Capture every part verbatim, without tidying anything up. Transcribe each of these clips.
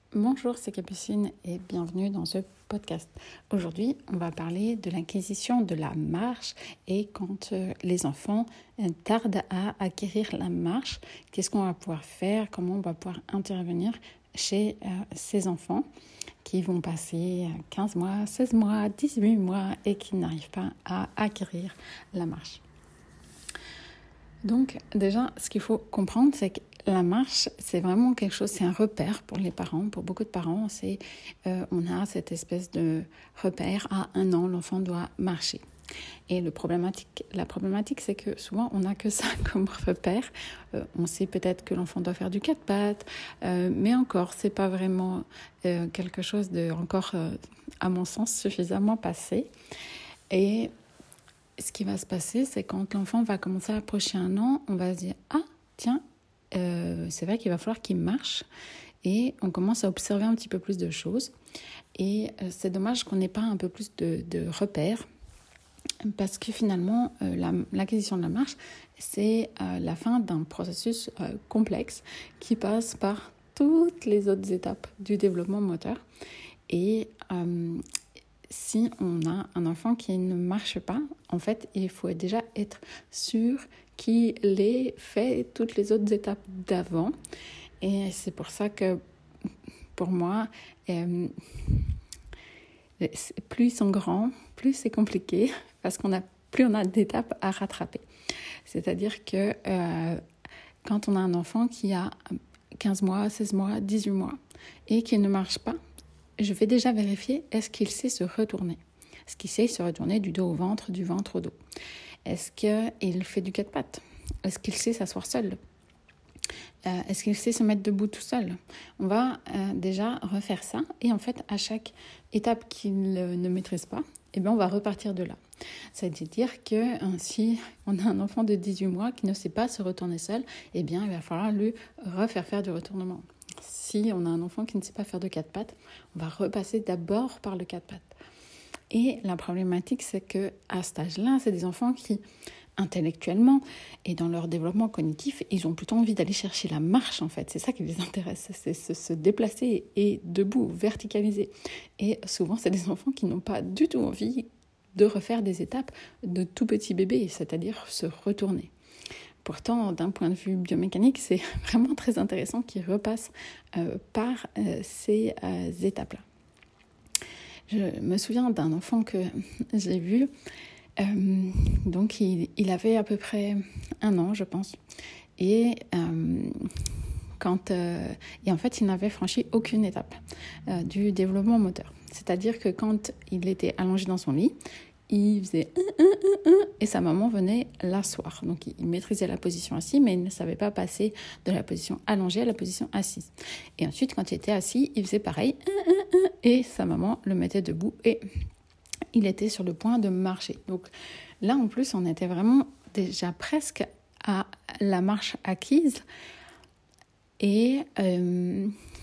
Bonjour, c'est Capucine et bienvenue dans ce podcast. Aujourd'hui, on va parler de l'acquisition de la marche et quand euh, les enfants euh, tardent à acquérir la marche, qu'est-ce qu'on va pouvoir faire, comment on va pouvoir intervenir chez euh, ces enfants qui vont passer quinze mois, seize mois, dix-huit mois et qui n'arrivent pas à acquérir la marche. Donc déjà, ce qu'il faut comprendre, c'est que la marche, c'est vraiment quelque chose, c'est un repère pour les parents, pour beaucoup de parents. C'est, euh, on a cette espèce de repère, à un an, l'enfant doit marcher. Et le problématique, la problématique, c'est que souvent, on n'a que ça comme repère. Euh, on sait peut-être que l'enfant doit faire du quatre pattes, euh, mais encore, c'est pas vraiment euh, quelque chose de, encore, euh, à mon sens, suffisamment passé. Et ce qui va se passer, c'est quand l'enfant va commencer à approcher un an, on va se dire « Ah, tiens, euh, c'est vrai qu'il va falloir qu'il marche ». Et on commence à observer un petit peu plus de choses. Et euh, c'est dommage qu'on n'ait pas un peu plus de, de repères, parce que finalement, euh, la, l'acquisition de la marche, c'est euh, la fin d'un processus euh, complexe qui passe par toutes les autres étapes du développement moteur. Et euh, si on a un enfant qui ne marche pas, en fait, il faut déjà être sûr qu'il ait fait toutes les autres étapes d'avant. Et c'est pour ça que, pour moi, euh, plus ils sont grands, plus c'est compliqué, parce qu'on a, plus on a d'étapes à rattraper. C'est-à-dire que euh, quand on a un enfant qui a quinze mois, seize mois, dix-huit mois, et qui ne marche pas, je vais déjà vérifier, est-ce qu'il sait se retourner ? Est-ce qu'il sait se retourner du dos au ventre, du ventre au dos ? Est-ce qu'il fait du quatre pattes ? Est-ce qu'il sait s'asseoir seul ? euh, Est-ce qu'il sait se mettre debout tout seul ? On va euh, déjà refaire ça. Et en fait, à chaque étape qu'il ne maîtrise pas, eh bien, on va repartir de là. C'est-à-dire que euh, si on a un enfant de dix-huit mois qui ne sait pas se retourner seul, eh bien, il va falloir lui refaire faire du retournement. Si on a un enfant qui ne sait pas faire de quatre pattes, on va repasser d'abord par le quatre pattes. Et la problématique, c'est qu'à cet âge-là, c'est des enfants qui, intellectuellement et dans leur développement cognitif, ils ont plutôt envie d'aller chercher la marche, en fait. C'est ça qui les intéresse, c'est se, se déplacer et debout, verticaliser. Et souvent, c'est des enfants qui n'ont pas du tout envie de refaire des étapes de tout petit bébé, c'est-à-dire se retourner. Pourtant, d'un point de vue biomécanique, c'est vraiment très intéressant qu'ils repassent euh, par euh, ces euh, étapes-là. Je me souviens d'un enfant que j'ai vu, euh, donc il, il avait à peu près un an, je pense, et, euh, quand, euh, et en fait, il n'avait franchi aucune étape euh, du développement moteur. C'est-à-dire que quand il était allongé dans son lit, il faisait un, un, un, un, et sa maman venait l'asseoir. Donc, il maîtrisait la position assise, mais il ne savait pas passer de la position allongée à la position assise. Et ensuite, quand il était assis, il faisait pareil, un, un, un, et sa maman le mettait debout et il était sur le point de marcher. Donc là, en plus, on était vraiment déjà presque à la marche acquise. Et euh,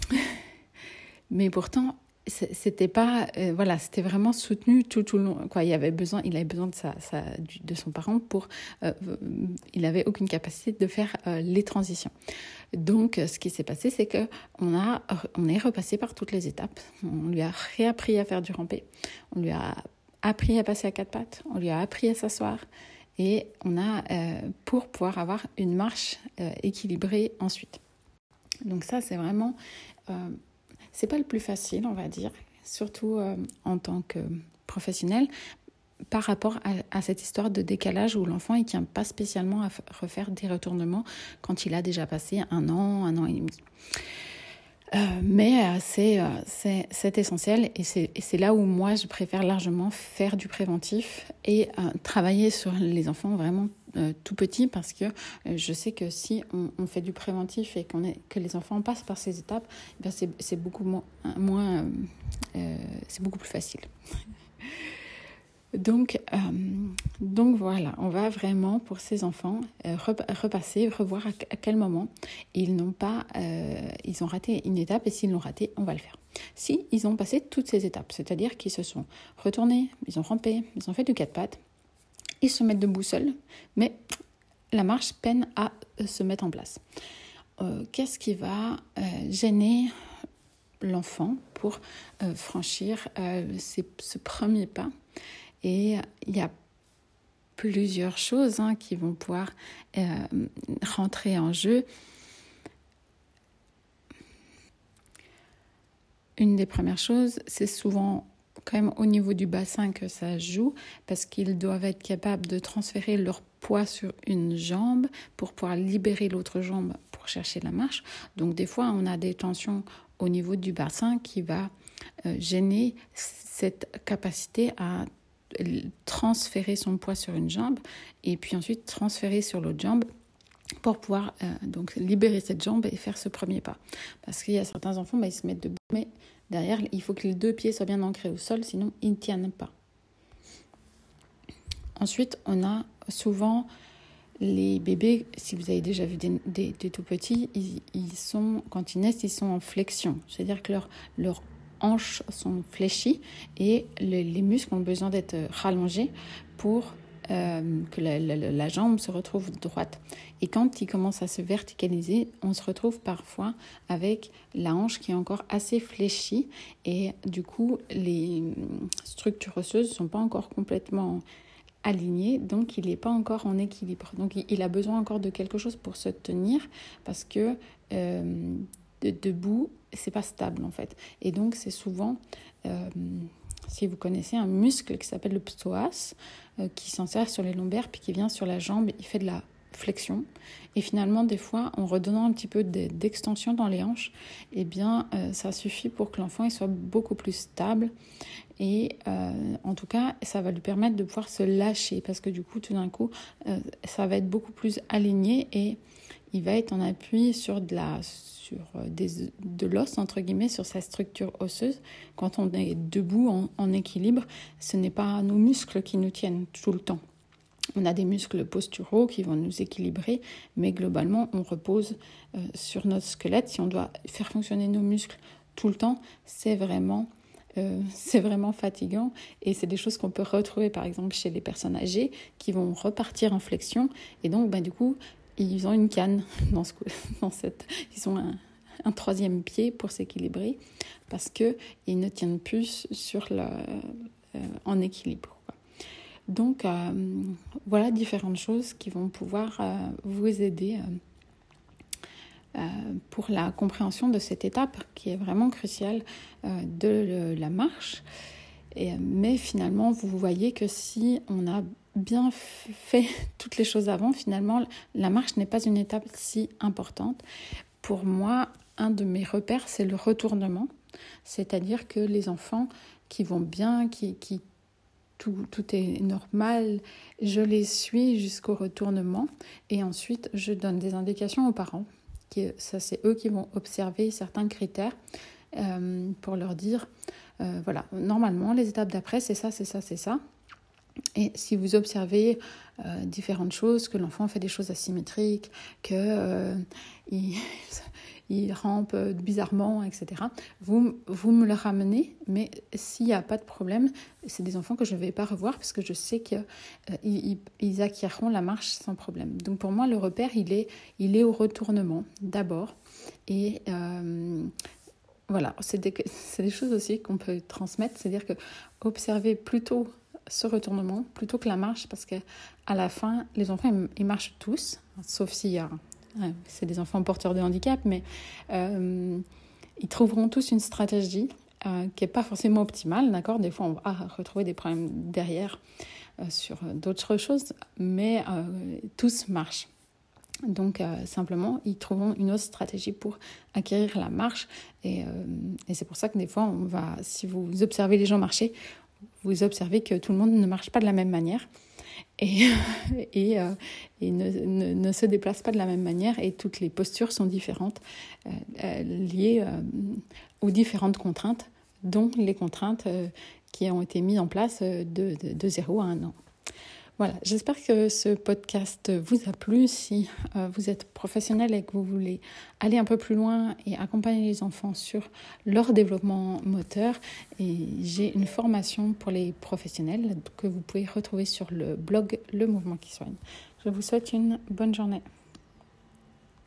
mais pourtant, c'était pas euh, voilà, c'était vraiment soutenu tout tout le long, quoi. Il avait besoin il avait besoin de sa, sa de son parent pour euh, il avait aucune capacité de faire euh, les transitions. Donc ce qui s'est passé, c'est que on a on est repassé par toutes les étapes. On lui a réappris à faire du rampé, on lui a appris à passer à quatre pattes, on lui a appris à s'asseoir et on a euh, pour pouvoir avoir une marche euh, équilibrée ensuite. Donc ça, c'est vraiment euh, c'est pas le plus facile, on va dire, surtout euh, en tant que professionnel, par rapport à, à cette histoire de décalage où l'enfant ne tient pas spécialement à f- refaire des retournements quand il a déjà passé un an, un an et demi. Euh, mais euh, c'est, euh, c'est, c'est essentiel et c'est, et c'est là où moi je préfère largement faire du préventif et euh, travailler sur les enfants vraiment euh, tout petits, parce que euh, je sais que si on, on fait du préventif et qu'on est, que les enfants passent par ces étapes, eh bien c'est, c'est beaucoup moins, moins euh, euh, c'est beaucoup plus facile. Donc, euh, donc voilà, on va vraiment pour ces enfants euh, repasser, revoir à, à quel moment ils n'ont pas, euh, ils ont raté une étape, et s'ils l'ont raté, on va le faire. Si ils ont passé toutes ces étapes, c'est-à-dire qu'ils se sont retournés, ils ont rampé, ils ont fait du quatre pattes, ils se mettent debout seuls, mais la marche peine à se mettre en place. Euh, qu'est-ce qui va euh, gêner l'enfant pour euh, franchir euh, ces, ce premier pas. Et il y a plusieurs choses hein, qui vont pouvoir euh, rentrer en jeu. Une des premières choses, c'est souvent quand même au niveau du bassin que ça joue, parce qu'ils doivent être capables de transférer leur poids sur une jambe pour pouvoir libérer l'autre jambe pour chercher la marche. Donc des fois, on a des tensions au niveau du bassin qui va euh, gêner cette capacité à transférer son poids sur une jambe et puis ensuite transférer sur l'autre jambe pour pouvoir euh, donc libérer cette jambe et faire ce premier pas. Parce qu'il y a certains enfants, bah, ils se mettent debout, mais derrière, il faut que les deux pieds soient bien ancrés au sol, sinon ils ne tiennent pas. Ensuite, on a souvent les bébés, si vous avez déjà vu des, des, des tout petits, ils, ils sont, quand ils naissent, ils sont en flexion. C'est-à-dire que leurs leur hanches sont fléchies et le, les muscles ont besoin d'être rallongés pour euh, que la, la, la jambe se retrouve droite. Et quand ils commencent à se verticaliser, on se retrouve parfois avec la hanche qui est encore assez fléchie et du coup, les structures osseuses ne sont pas encore complètement aligné, donc il n'est pas encore en équilibre. Donc il a besoin encore de quelque chose pour se tenir parce que euh, de, debout, c'est pas stable en fait. Et donc c'est souvent, euh, si vous connaissez, un muscle qui s'appelle le psoas, euh, qui s'insère sur les lombaires puis qui vient sur la jambe, il fait de la flexion. Et finalement, des fois, en redonnant un petit peu d'extension dans les hanches, eh bien, euh, ça suffit pour que l'enfant il soit beaucoup plus stable. Et euh, en tout cas, ça va lui permettre de pouvoir se lâcher parce que du coup, tout d'un coup, euh, ça va être beaucoup plus aligné et il va être en appui sur de la sur des, de l'os, entre guillemets, sur sa structure osseuse. Quand on est debout, en, en équilibre, ce n'est pas nos muscles qui nous tiennent tout le temps. On a des muscles posturaux qui vont nous équilibrer, mais globalement, on repose euh, sur notre squelette. Si on doit faire fonctionner nos muscles tout le temps, c'est vraiment, euh, c'est vraiment fatigant. Et c'est des choses qu'on peut retrouver, par exemple, chez les personnes âgées qui vont repartir en flexion. Et donc, ben, du coup, ils ont une canne dans, ce, dans cette... Ils ont un, un troisième pied pour s'équilibrer parce qu'ils ne tiennent plus sur le, euh, en équilibre. Donc, euh, voilà différentes choses qui vont pouvoir euh, vous aider euh, euh, pour la compréhension de cette étape qui est vraiment cruciale euh, de la marche. Et, mais finalement, vous voyez que si on a bien fait toutes les choses avant, finalement, la marche n'est pas une étape si importante. Pour moi, un de mes repères, c'est le retournement. C'est-à-dire que les enfants qui vont bien, qui... qui Tout, tout est normal, je les suis jusqu'au retournement et ensuite je donne des indications aux parents. Qui, ça, c'est eux qui vont observer certains critères euh, pour leur dire, euh, voilà, normalement les étapes d'après c'est ça, c'est ça, c'est ça. Et si vous observez euh, différentes choses, que l'enfant fait des choses asymétriques, que euh, il, il rampe bizarrement, et cetera, vous, vous me le ramenez, mais s'il n'y a pas de problème, c'est des enfants que je ne vais pas revoir parce que je sais qu'ils euh, ils, ils acquierront la marche sans problème. Donc pour moi, le repère, il est, il est au retournement d'abord. Et euh, voilà, c'est des, c'est des choses aussi qu'on peut transmettre, c'est-à-dire que observer plutôt ce retournement plutôt que la marche, parce qu'à la fin, les enfants, ils, ils marchent tous, sauf s'il y a, ouais, c'est des enfants porteurs de handicap, mais euh, ils trouveront tous une stratégie euh, qui n'est pas forcément optimale, d'accord ? Des fois, on va retrouver des problèmes derrière euh, sur d'autres choses, mais euh, tous marchent. Donc, euh, simplement, ils trouveront une autre stratégie pour acquérir la marche. Et, euh, et c'est pour ça que des fois, on va, si vous observez les gens marcher, vous observez que tout le monde ne marche pas de la même manière et, et, euh, et ne, ne, ne se déplace pas de la même manière et toutes les postures sont différentes euh, euh, liées euh, aux différentes contraintes, dont les contraintes euh, qui ont été mises en place de, de, de zéro à un an. Voilà, j'espère que ce podcast vous a plu. Si euh, vous êtes professionnel et que vous voulez aller un peu plus loin et accompagner les enfants sur leur développement moteur, et j'ai une formation pour les professionnels que vous pouvez retrouver sur le blog Le Mouvement qui soigne. Je vous souhaite une bonne journée.